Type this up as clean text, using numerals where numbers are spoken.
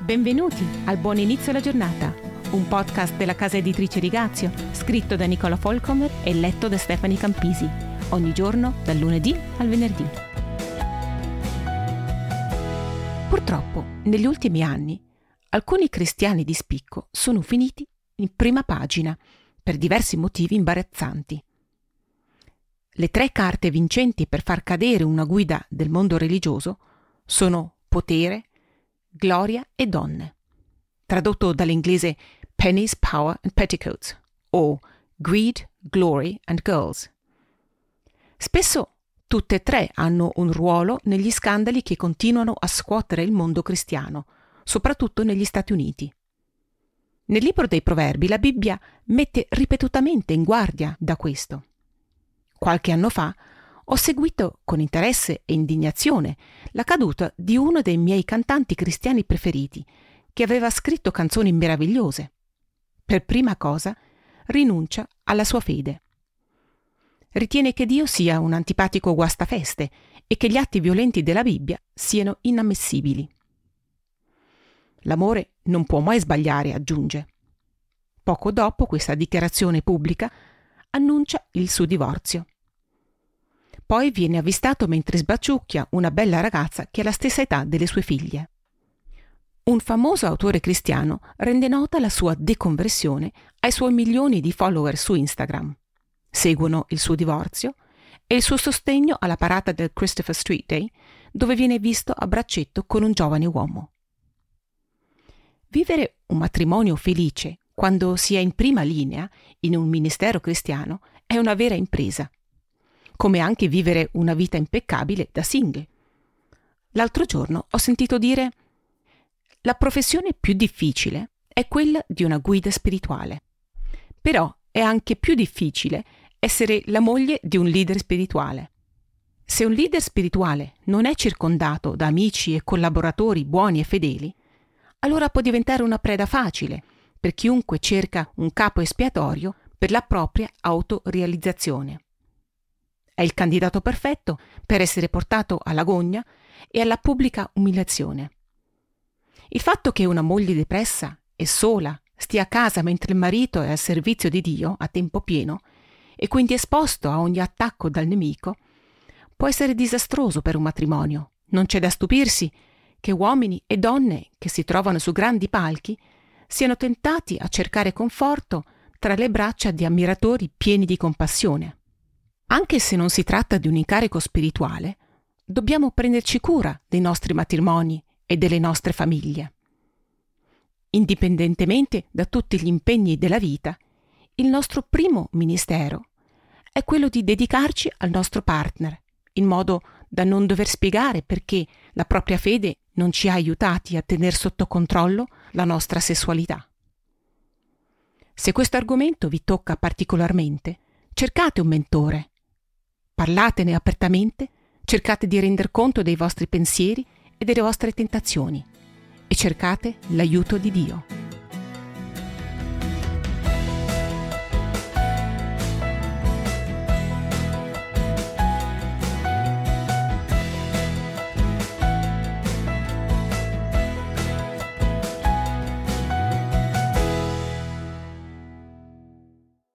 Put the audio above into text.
Benvenuti al Buon Inizio alla Giornata, un podcast della casa editrice Rigazio, scritto da Nicola Folcomer e letto da Stefani Campisi, ogni giorno dal lunedì al venerdì. Purtroppo, negli ultimi anni, alcuni cristiani di spicco sono finiti in prima pagina per diversi motivi imbarazzanti. Le 3 carte vincenti per far cadere una guida del mondo religioso sono potere, gloria e donne, tradotto dall'inglese Pennies, Power and Petticoats, o Greed, Glory and Girls. Spesso tutte e 3 hanno un ruolo negli scandali che continuano a scuotere il mondo cristiano, soprattutto negli Stati Uniti. Nel libro dei Proverbi la Bibbia mette ripetutamente in guardia da questo. Qualche anno fa ho seguito con interesse e indignazione la caduta di uno dei miei cantanti cristiani preferiti, che aveva scritto canzoni meravigliose. Per prima cosa, rinuncia alla sua fede. Ritiene che Dio sia un antipatico guastafeste e che gli atti violenti della Bibbia siano inammissibili. L'amore non può mai sbagliare, aggiunge. Poco dopo questa dichiarazione pubblica annuncia il suo divorzio. Poi viene avvistato mentre sbaciucchia una bella ragazza che ha la stessa età delle sue figlie. Un famoso autore cristiano rende nota la sua deconversione ai suoi milioni di follower su Instagram. Seguono il suo divorzio e il suo sostegno alla parata del Christopher Street Day, dove viene visto a braccetto con un giovane uomo. Vivere un matrimonio felice quando si è in prima linea in un ministero cristiano è una vera impresa, come anche vivere una vita impeccabile da single. L'altro giorno ho sentito dire: la professione più difficile è quella di una guida spirituale, però è anche più difficile essere la moglie di un leader spirituale. Se un leader spirituale non è circondato da amici e collaboratori buoni e fedeli, allora può diventare una preda facile per chiunque cerca un capo espiatorio per la propria autorealizzazione. È il candidato perfetto per essere portato alla gogna e alla pubblica umiliazione. Il fatto che una moglie depressa e sola stia a casa mentre il marito è al servizio di Dio a tempo pieno e quindi esposto a ogni attacco dal nemico può essere disastroso per un matrimonio. Non c'è da stupirsi che uomini e donne che si trovano su grandi palchi siano tentati a cercare conforto tra le braccia di ammiratori pieni di compassione. Anche se non si tratta di un incarico spirituale, dobbiamo prenderci cura dei nostri matrimoni e delle nostre famiglie. Indipendentemente da tutti gli impegni della vita, il nostro primo ministero è quello di dedicarci al nostro partner, in modo da non dover spiegare perché la propria fede non ci ha aiutati a tener sotto controllo la nostra sessualità. Se questo argomento vi tocca particolarmente, cercate un mentore. Parlatene apertamente, cercate di render conto dei vostri pensieri e delle vostre tentazioni e cercate l'aiuto di Dio.